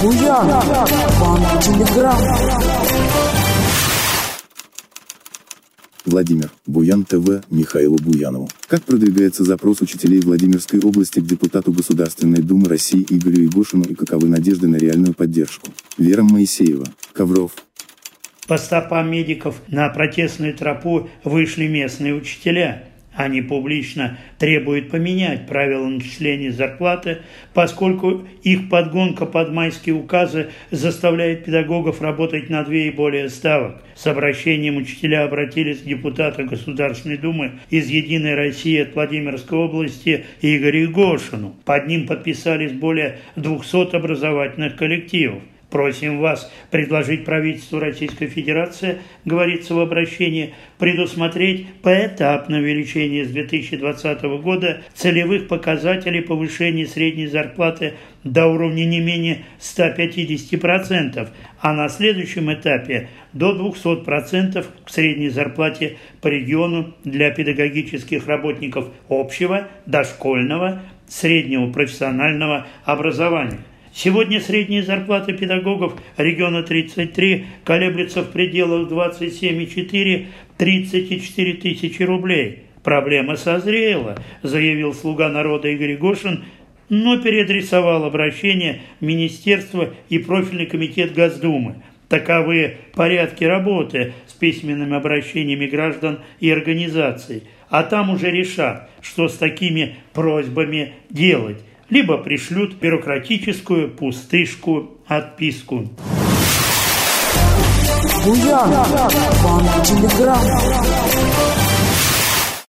Буян, вам телеграм. Владимир. Буян ТВ Михаилу Буянову. Как продвигается запрос учителей Владимирской области к депутату Государственной Думы России Игорю Егошину и каковы надежды на реальную поддержку? Вера Моисеева. Ковров. По стопам медиков на протестную тропу вышли местные учителя. Они публично требуют поменять правила начисления зарплаты, поскольку их подгонка под майские указы заставляет педагогов работать на 2 и более ставок. С обращением учителя обратились к депутату Государственной Думы из «Единой России» от Владимирской области Игорю Егошину. Под ним подписались более 200 образовательных коллективов. Просим вас предложить правительству Российской Федерации, говорится в обращении, предусмотреть поэтапное увеличение с 2020 года целевых показателей повышения средней зарплаты до уровня не менее 150%, а на следующем этапе до 200% к средней зарплате по региону для педагогических работников общего, дошкольного, среднего профессионального образования. Сегодня средняя зарплата педагогов региона 33 колеблется в пределах 27,4-34 тысячи рублей. Проблема созрела, заявил слуга народа Игорь Егошин, но переадресовал обращение в Министерство и профильный комитет Госдумы. Таковы порядки работы с письменными обращениями граждан и организаций. А там уже решат, что с такими просьбами делать. Либо пришлют бюрократическую пустышку-отписку. Буян, вам телеграм.